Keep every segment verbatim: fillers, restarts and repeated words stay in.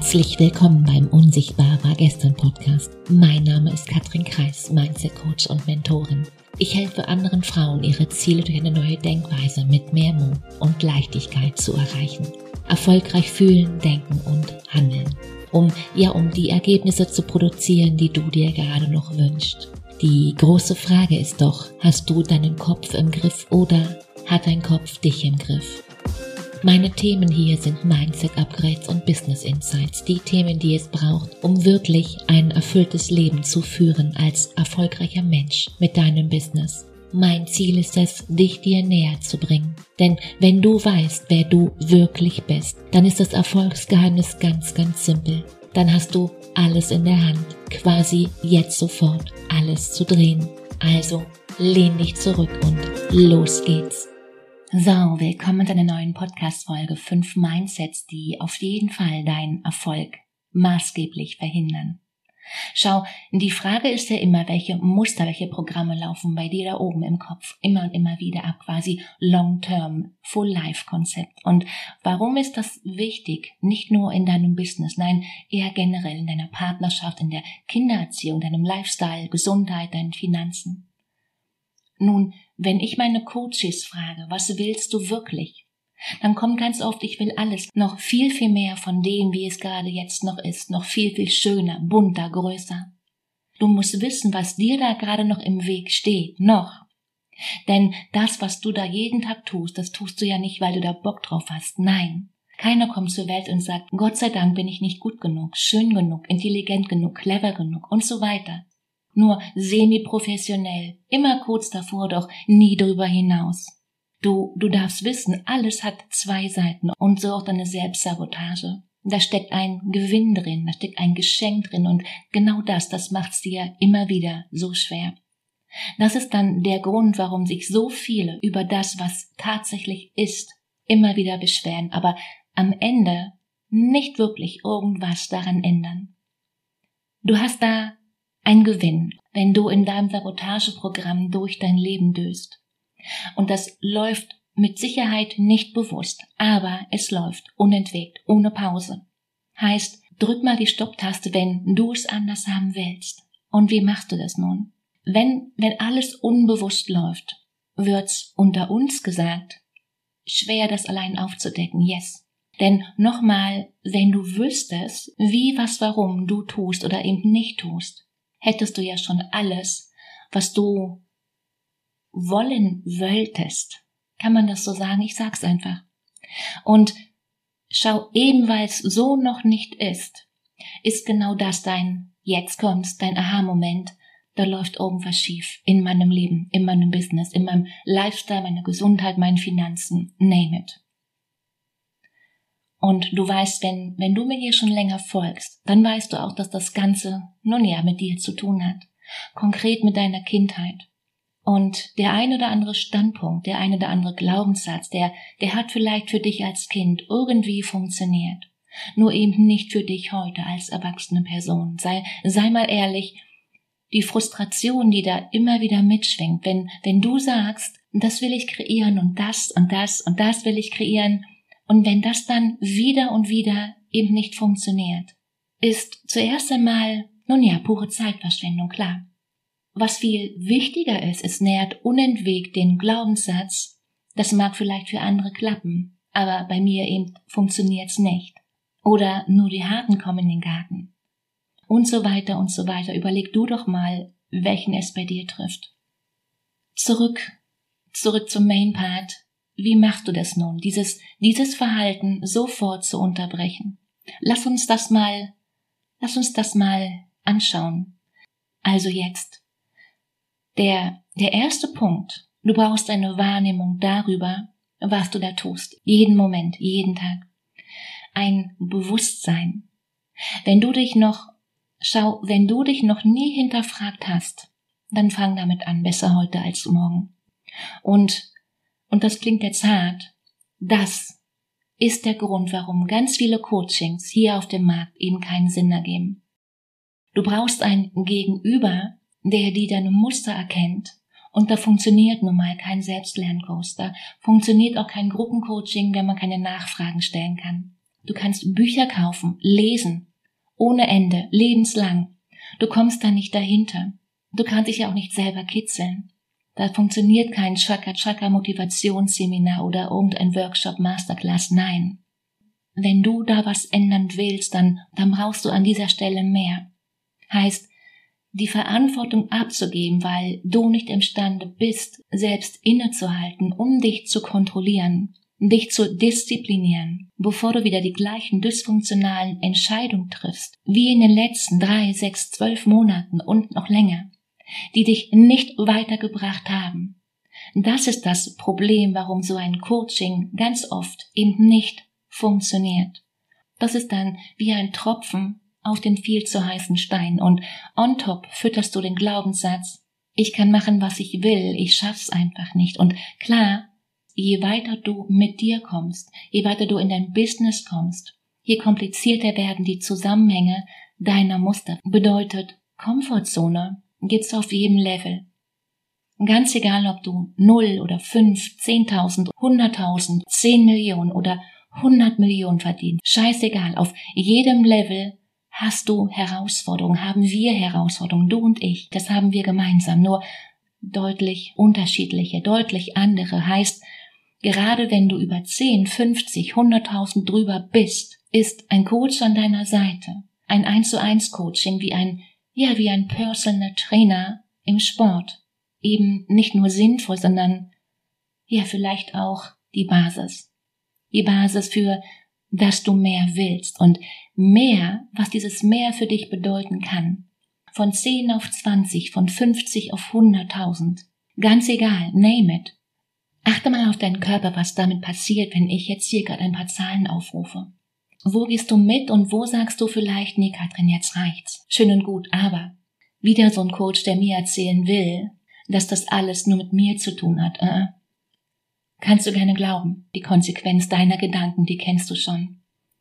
Herzlich willkommen beim Unsichtbar war gestern Podcast. Mein Name ist Katrin Kreis, Mindset Coach und Mentorin. Ich helfe anderen Frauen, ihre Ziele durch eine neue Denkweise mit mehr Mut und Leichtigkeit zu erreichen. Erfolgreich fühlen, denken und handeln. Um, ja, um die Ergebnisse zu produzieren, die du dir gerade noch wünschst. Die große Frage ist doch, hast du deinen Kopf im Griff oder hat dein Kopf dich im Griff? Meine Themen hier sind Mindset-Upgrades und Business-Insights, die Themen, die es braucht, um wirklich ein erfülltes Leben zu führen als erfolgreicher Mensch mit deinem Business. Mein Ziel ist es, dich dir näher zu bringen. Denn wenn du weißt, wer du wirklich bist, dann ist das Erfolgsgeheimnis ganz, ganz simpel. Dann hast du alles in der Hand, quasi jetzt sofort alles zu drehen. Also lehn dich zurück und los geht's. So, willkommen zu einer neuen Podcast-Folge fünf Mindsets, die auf jeden Fall deinen Erfolg maßgeblich verhindern. Schau, die Frage ist ja immer, welche Muster, welche Programme laufen bei dir da oben im Kopf immer und immer wieder ab, quasi Long-Term, Full-Life-Konzept. Und warum ist das wichtig? Nicht nur in deinem Business, nein, eher generell in deiner Partnerschaft, in der Kindererziehung, deinem Lifestyle, Gesundheit, deinen Finanzen. Nun, wenn ich meine Coaches frage, was willst du wirklich? Dann kommt ganz oft, ich will alles, noch viel, viel mehr von dem, wie es gerade jetzt noch ist, noch viel, viel schöner, bunter, größer. Du musst wissen, was dir da gerade noch im Weg steht, noch. Denn das, was du da jeden Tag tust, das tust du ja nicht, weil du da Bock drauf hast, nein. Keiner kommt zur Welt und sagt, Gott sei Dank bin ich nicht gut genug, schön genug, intelligent genug, clever genug und so weiter. Nur semi-professionell, immer kurz davor, doch nie drüber hinaus. Du, du darfst wissen, alles hat zwei Seiten und so auch deine Selbstsabotage. Da steckt ein Gewinn drin, da steckt ein Geschenk drin und genau das, das macht's dir immer wieder so schwer. Das ist dann der Grund, warum sich so viele über das, was tatsächlich ist, immer wieder beschweren, aber am Ende nicht wirklich irgendwas daran ändern. Du hast da ein Gewinn, wenn du in deinem Sabotageprogramm durch dein Leben döst. Und das läuft mit Sicherheit nicht bewusst, aber es läuft unentwegt, ohne Pause. Heißt, drück mal die Stopptaste, wenn du es anders haben willst. Und wie machst du das nun? Wenn, wenn alles unbewusst läuft, wird's unter uns gesagt, schwer das allein aufzudecken, yes. Denn nochmal, wenn du wüsstest, wie, was, warum du tust oder eben nicht tust, hättest du ja schon alles, was du wollen wolltest. Kann man das so sagen? Ich sag's einfach. Und schau, eben weil es so noch nicht ist, ist genau das dein, jetzt kommt's, dein Aha-Moment, da läuft irgendwas schief in meinem Leben, in meinem Business, in meinem Lifestyle, meiner Gesundheit, meinen Finanzen, name it. Und du weißt, wenn, wenn du mir hier schon länger folgst, dann weißt du auch, dass das Ganze, nun ja, mit dir zu tun hat. Konkret mit deiner Kindheit. Und der ein oder andere Standpunkt, der ein oder andere Glaubenssatz, der, der hat vielleicht für dich als Kind irgendwie funktioniert. Nur eben nicht für dich heute als erwachsene Person. Sei, sei mal ehrlich, die Frustration, die da immer wieder mitschwingt, wenn, wenn du sagst, das will ich kreieren und das und das und das will ich kreieren, und wenn das dann wieder und wieder eben nicht funktioniert, ist zuerst einmal, nun ja, pure Zeitverschwendung, klar. Was viel wichtiger ist, es nährt unentwegt den Glaubenssatz, das mag vielleicht für andere klappen, aber bei mir eben funktioniert's nicht. Oder nur die Harten kommen in den Garten. Und so weiter und so weiter. Überleg du doch mal, welchen es bei dir trifft. Zurück, zurück zum Main Part. Wie machst du das nun, dieses, dieses Verhalten sofort zu unterbrechen? Lass uns das mal, lass uns das mal anschauen. Also jetzt. Der, der erste Punkt. Du brauchst eine Wahrnehmung darüber, was du da tust. Jeden Moment, jeden Tag. Ein Bewusstsein. Wenn du dich noch, schau, wenn du dich noch nie hinterfragt hast, dann fang damit an, besser heute als morgen. Und Und das klingt jetzt hart, das ist der Grund, warum ganz viele Coachings hier auf dem Markt eben keinen Sinn ergeben. Du brauchst ein Gegenüber, der dir deine Muster erkennt, und da funktioniert nun mal kein Selbstlernkurs, da funktioniert auch kein Gruppencoaching, wenn man keine Nachfragen stellen kann. Du kannst Bücher kaufen, lesen, ohne Ende, lebenslang. Du kommst da nicht dahinter. Du kannst dich ja auch nicht selber kitzeln. Da funktioniert kein Chaka-Chaka-Motivationsseminar oder irgendein Workshop, Masterclass, nein. Wenn du da was ändern willst, dann, dann brauchst du an dieser Stelle mehr. Heißt, die Verantwortung abzugeben, weil du nicht imstande bist, selbst innezuhalten, um dich zu kontrollieren, dich zu disziplinieren, bevor du wieder die gleichen dysfunktionalen Entscheidungen triffst, wie in den letzten drei, sechs, zwölf Monaten und noch länger, die dich nicht weitergebracht haben. Das ist das Problem, warum so ein Coaching ganz oft eben nicht funktioniert. Das ist dann wie ein Tropfen auf den viel zu heißen Stein und on top fütterst du den Glaubenssatz, ich kann machen, was ich will, ich schaff's einfach nicht. Und klar, je weiter du mit dir kommst, je weiter du in dein Business kommst, je komplizierter werden die Zusammenhänge deiner Muster. Bedeutet, Komfortzone gibt's auf jedem Level. Ganz egal, ob du null oder fünf, zehntausend, hunderttausend, zehn Millionen oder hundert Millionen verdienst. Scheißegal, auf jedem Level hast du Herausforderungen, haben wir Herausforderungen, du und ich, das haben wir gemeinsam, nur deutlich unterschiedliche, deutlich andere. Heißt, gerade wenn du über zehn, fünfzig, hunderttausend drüber bist, ist ein Coach an deiner Seite, ein eins zu eins Coaching wie ein, ja, wie ein Personal Trainer im Sport, eben nicht nur sinnvoll, sondern ja, vielleicht auch die Basis. Die Basis für, dass du mehr willst und mehr, was dieses mehr für dich bedeuten kann. Von zehn auf zwanzig, von fünfzig auf hunderttausend. Ganz egal, name it. Achte mal auf deinen Körper, was damit passiert, wenn ich jetzt hier gerade ein paar Zahlen aufrufe. Wo gehst du mit und wo sagst du vielleicht, nee, Katrin, jetzt reicht's. Schön und gut, aber wieder so ein Coach, der mir erzählen will, dass das alles nur mit mir zu tun hat. Äh, Kannst du gerne glauben, die Konsequenz deiner Gedanken, die kennst du schon.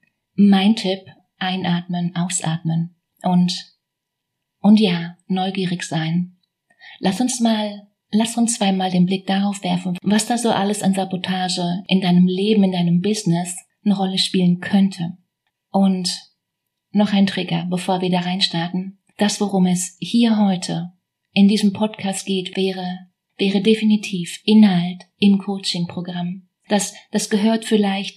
Mein Tipp, einatmen, ausatmen und, und ja, neugierig sein. Lass uns mal, lass uns zweimal den Blick darauf werfen, was da so alles an Sabotage in deinem Leben, in deinem Business eine Rolle spielen könnte. Und noch ein Trigger, bevor wir da reinstarten. Das, worum es hier heute in diesem Podcast geht, wäre wäre definitiv Inhalt im Coaching-Programm. Das, das gehört vielleicht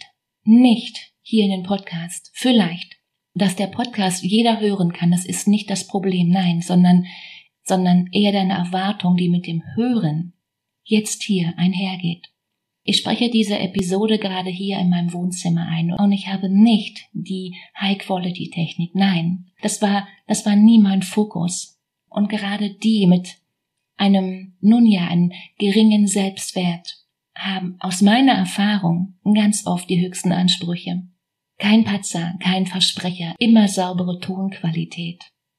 nicht hier in den Podcast. Vielleicht. Dass der Podcast jeder hören kann, das ist nicht das Problem, nein, sondern, sondern eher deine Erwartung, die mit dem Hören jetzt hier einhergeht. Ich spreche diese Episode gerade hier in meinem Wohnzimmer ein und ich habe nicht die High-Quality-Technik, nein. Das war, das war nie mein Fokus. Und gerade die mit einem, nun ja, einen geringen Selbstwert, haben aus meiner Erfahrung ganz oft die höchsten Ansprüche. Kein Patzer, kein Versprecher, immer saubere Tonqualität.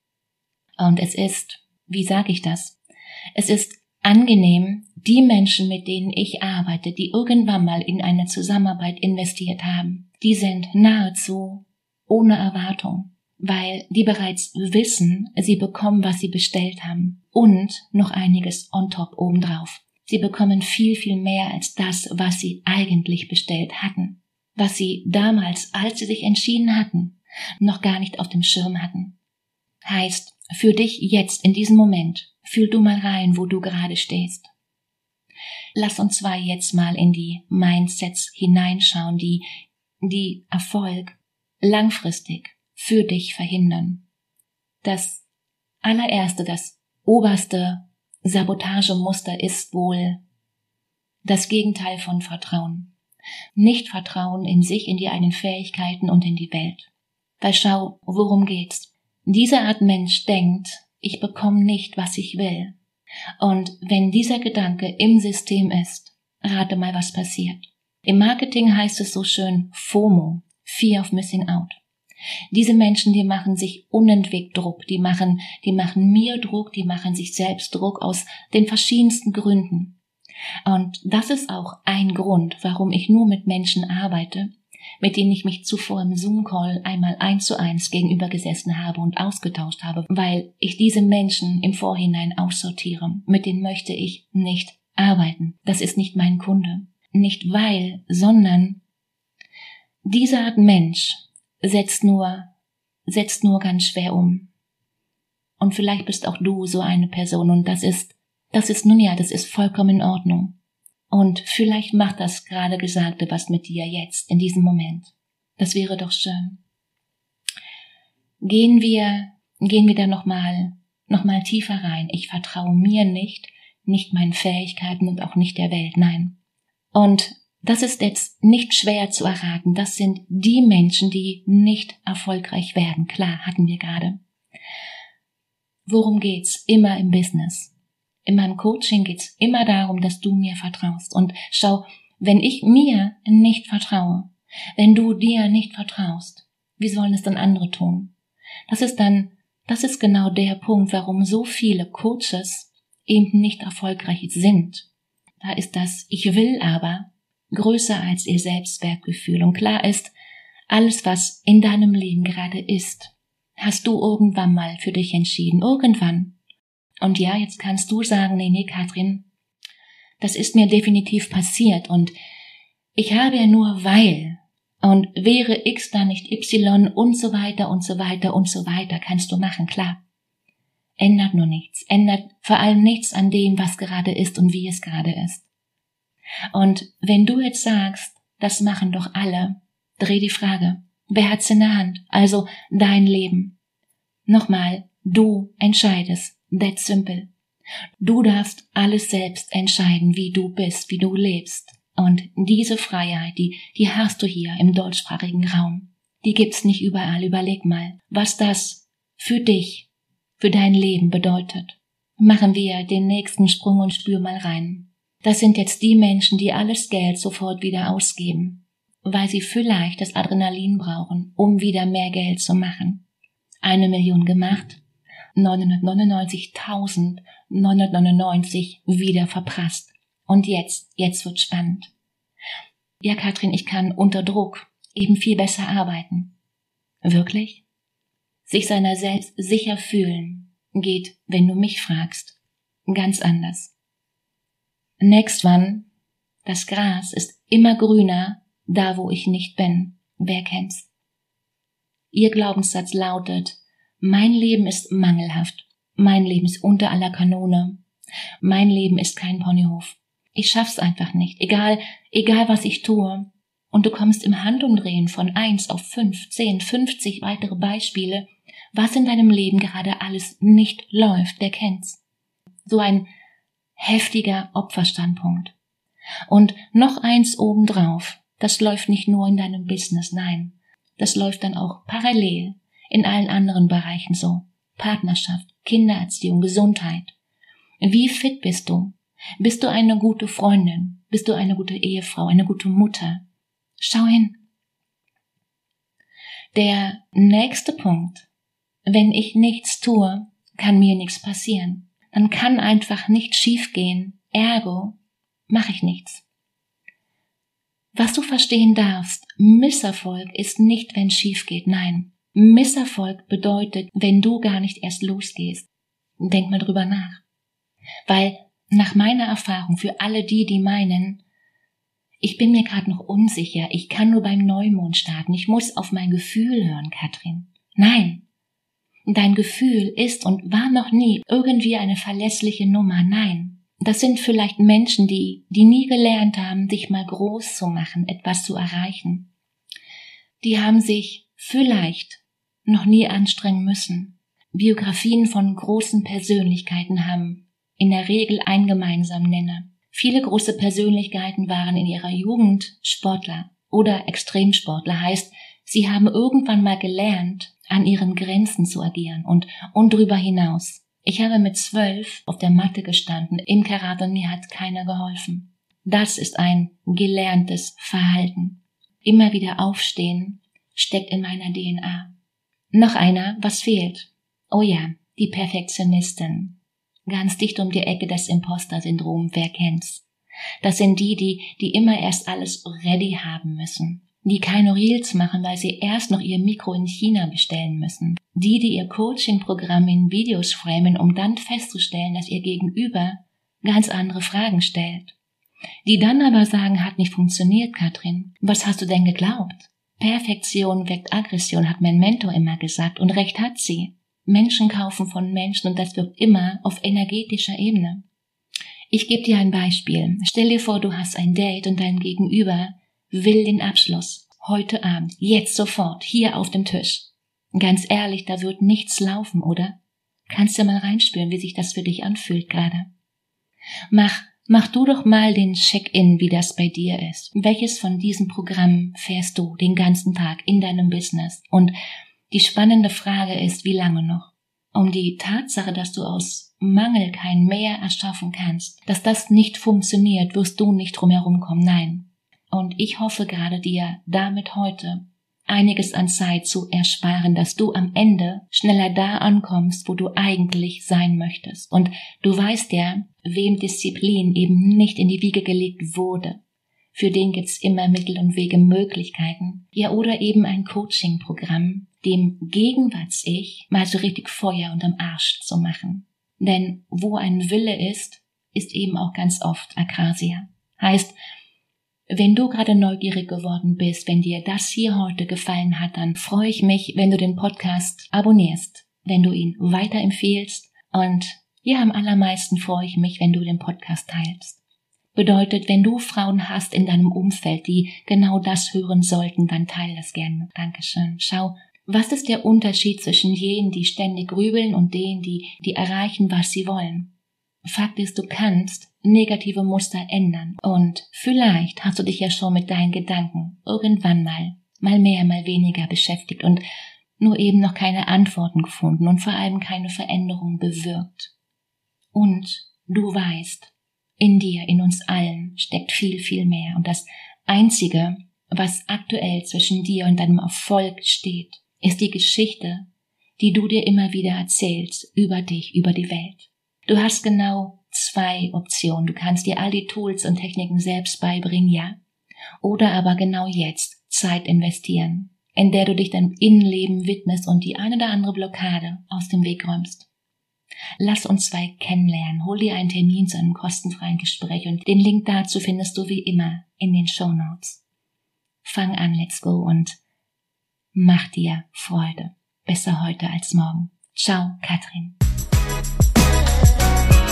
Und es ist, wie sage ich das? Es ist angenehm, die Menschen, mit denen ich arbeite, die irgendwann mal in eine Zusammenarbeit investiert haben, die sind nahezu ohne Erwartung, weil die bereits wissen, sie bekommen, was sie bestellt haben und noch einiges on top obendrauf. Sie bekommen viel, viel mehr als das, was sie eigentlich bestellt hatten, was sie damals, als sie sich entschieden hatten, noch gar nicht auf dem Schirm hatten. Heißt, für dich jetzt in diesem Moment, fühl du mal rein, wo du gerade stehst. Lass uns zwei jetzt mal in die Mindsets hineinschauen, die, die Erfolg langfristig für dich verhindern. Das allererste, das oberste Sabotagemuster ist wohl das Gegenteil von Vertrauen. Nicht Vertrauen in sich, in die eigenen Fähigkeiten und in die Welt. Weil schau, worum geht's? Diese Art Mensch denkt, ich bekomme nicht, was ich will. Und wenn dieser Gedanke im System ist, rate mal, was passiert. Im Marketing heißt es so schön FOMO, Fear of Missing Out. Diese Menschen, die machen sich unentwegt Druck, die machen, die machen mir Druck, die machen sich selbst Druck aus den verschiedensten Gründen. Und das ist auch ein Grund, warum ich nur mit Menschen arbeite, mit denen ich mich zuvor im Zoom-Call einmal eins zu eins gegenüber gesessen habe und ausgetauscht habe, weil ich diese Menschen im Vorhinein aussortiere. Mit denen möchte ich nicht arbeiten. Das ist nicht mein Kunde. Nicht weil, sondern diese Art Mensch setzt nur, setzt nur ganz schwer um. Und vielleicht bist auch du so eine Person und das ist, das ist nun ja, das ist vollkommen in Ordnung. Und vielleicht macht das gerade Gesagte was mit dir jetzt, in diesem Moment. Das wäre doch schön. Gehen wir, gehen wir da nochmal, nochmal tiefer rein. Ich vertraue mir nicht, nicht meinen Fähigkeiten und auch nicht der Welt, nein. Und das ist jetzt nicht schwer zu erraten. Das sind die Menschen, die nicht erfolgreich werden. Klar, hatten wir gerade. Worum geht's? Immer im Business. In meinem Coaching geht's immer darum, dass du mir vertraust. Und schau, wenn ich mir nicht vertraue, wenn du dir nicht vertraust, wie sollen es dann andere tun? Das ist dann, das ist genau der Punkt, warum so viele Coaches eben nicht erfolgreich sind. Da ist das Ich will aber größer als ihr Selbstwertgefühl. Und klar ist, alles, was in deinem Leben gerade ist, hast du irgendwann mal für dich entschieden. Irgendwann. Und ja, jetzt kannst du sagen, nee, nee, Katrin, das ist mir definitiv passiert und ich habe ja nur weil und wäre X da nicht Y und so weiter und so weiter und so weiter, kannst du machen, klar. Ändert nur nichts, ändert vor allem nichts an dem, was gerade ist und wie es gerade ist. Und wenn du jetzt sagst, das machen doch alle, dreh die Frage, wer hat's in der Hand? Also dein Leben. Nochmal, du entscheidest, that's simple. Du darfst alles selbst entscheiden, wie du bist, wie du lebst. Und diese Freiheit, die, die hast du hier im deutschsprachigen Raum. Die gibt's nicht überall. Überleg mal, was das für dich, für dein Leben bedeutet. Machen wir den nächsten Sprung und spür mal rein. Das sind jetzt die Menschen, die alles Geld sofort wieder ausgeben, weil sie vielleicht das Adrenalin brauchen, um wieder mehr Geld zu machen. Eine Million gemacht, neunhundertneunundneunzigtausendneunhundertneunundneunzig wieder verprasst. Und jetzt, jetzt wird spannend. Ja, Katrin, ich kann unter Druck eben viel besser arbeiten. Wirklich? Sich seiner selbst sicher fühlen geht, wenn du mich fragst, ganz anders. Next one, das Gras ist immer grüner, da wo ich nicht bin. Wer kennt's? Ihr Glaubenssatz lautet, mein Leben ist mangelhaft, mein Leben ist unter aller Kanone, mein Leben ist kein Ponyhof. Ich schaff's einfach nicht, egal, egal was ich tue. Und du kommst im Handumdrehen von eins auf fünf, zehn, fünfzig weitere Beispiele, was in deinem Leben gerade alles nicht läuft, wer kennt's? So ein heftiger Opferstandpunkt. Und noch eins obendrauf, das läuft nicht nur in deinem Business, nein, das läuft dann auch parallel in allen anderen Bereichen so. Partnerschaft, Kindererziehung, Gesundheit. Wie fit bist du? Bist du eine gute Freundin? Bist du eine gute Ehefrau, eine gute Mutter? Schau hin. Der nächste Punkt. Wenn ich nichts tue, kann mir nichts passieren. Dann kann einfach nichts schiefgehen. Ergo mache ich nichts. Was du verstehen darfst, Misserfolg ist nicht, wenn es schief geht. Nein, Misserfolg bedeutet, wenn du gar nicht erst losgehst. Denk mal drüber nach. Weil nach meiner Erfahrung, für alle die, die meinen, ich bin mir gerade noch unsicher, ich kann nur beim Neumond starten, ich muss auf mein Gefühl hören, Katrin. Nein, dein Gefühl ist und war noch nie irgendwie eine verlässliche Nummer, nein. Das sind vielleicht Menschen, die, die nie gelernt haben, sich mal groß zu machen, etwas zu erreichen. Die haben sich vielleicht noch nie anstrengen müssen. Biografien von großen Persönlichkeiten haben in der Regel einen gemeinsamen Nenner. Viele große Persönlichkeiten waren in ihrer Jugend Sportler oder Extremsportler, heißt, sie haben irgendwann mal gelernt, an ihren Grenzen zu agieren und, und drüber hinaus. Ich habe mit zwölf auf der Matte gestanden, im Karate, und mir hat keiner geholfen. Das ist ein gelerntes Verhalten. Immer wieder aufstehen steckt in meiner D N A. Noch einer, was fehlt? Oh ja, die Perfektionistin. Ganz dicht um die Ecke das Imposter-Syndrom, wer kennt's? Das sind die, die, die immer erst alles ready haben müssen. Die keine Reels machen, weil sie erst noch ihr Mikro in China bestellen müssen. Die, die ihr Coaching-Programm in Videos framen, um dann festzustellen, dass ihr Gegenüber ganz andere Fragen stellt. Die dann aber sagen, hat nicht funktioniert, Katrin. Was hast du denn geglaubt? Perfektion weckt Aggression, hat mein Mentor immer gesagt, und recht hat sie. Menschen kaufen von Menschen und das wirkt immer auf energetischer Ebene. Ich gebe dir ein Beispiel. Stell dir vor, du hast ein Date und dein Gegenüber will den Abschluss. Heute Abend, jetzt sofort, hier auf dem Tisch. Ganz ehrlich, da wird nichts laufen, oder? Kannst du mal reinspüren, wie sich das für dich anfühlt gerade? Mach Mach du doch mal den Check-in, wie das bei dir ist. Welches von diesen Programmen fährst du den ganzen Tag in deinem Business? Und die spannende Frage ist, wie lange noch? Um die Tatsache, dass du aus Mangel kein Mehr erschaffen kannst, dass das nicht funktioniert, wirst du nicht drum herum kommen, nein. Und ich hoffe gerade dir damit heute einiges an Zeit zu ersparen, dass du am Ende schneller da ankommst, wo du eigentlich sein möchtest. Und du weißt ja, wem Disziplin eben nicht in die Wiege gelegt wurde. Für den gibt's immer Mittel und Wege, Möglichkeiten. Ja, oder eben ein Coaching-Programm, dem Gegenwarts-Ich mal so richtig Feuer unterm Arsch zu machen. Denn wo ein Wille ist, ist eben auch ganz oft Akrasia. Heißt, wenn du gerade neugierig geworden bist, wenn dir das hier heute gefallen hat, dann freue ich mich, wenn du den Podcast abonnierst, wenn du ihn weiterempfehlst, und ja, am allermeisten freue ich mich, wenn du den Podcast teilst. Bedeutet, wenn du Frauen hast in deinem Umfeld, die genau das hören sollten, dann teile das gerne. Dankeschön. Schau, was ist der Unterschied zwischen jenen, die ständig grübeln, und denen, die, die erreichen, was sie wollen? Fakt ist, du kannst negative Muster ändern, und vielleicht hast du dich ja schon mit deinen Gedanken irgendwann mal, mal mehr, mal weniger beschäftigt und nur eben noch keine Antworten gefunden und vor allem keine Veränderung bewirkt. Und du weißt, in dir, in uns allen steckt viel, viel mehr, und das Einzige, was aktuell zwischen dir und deinem Erfolg steht, ist die Geschichte, die du dir immer wieder erzählst über dich, über die Welt. Du hast genau zwei Optionen. Du kannst dir all die Tools und Techniken selbst beibringen, ja, oder aber genau jetzt Zeit investieren, in der du dich deinem Innenleben widmest und die eine oder andere Blockade aus dem Weg räumst. Lass uns zwei kennenlernen. Hol dir einen Termin zu einem kostenfreien Gespräch, und den Link dazu findest du wie immer in den Shownotes. Fang an, let's go, und mach dir Freude. Besser heute als morgen. Ciao, Katrin.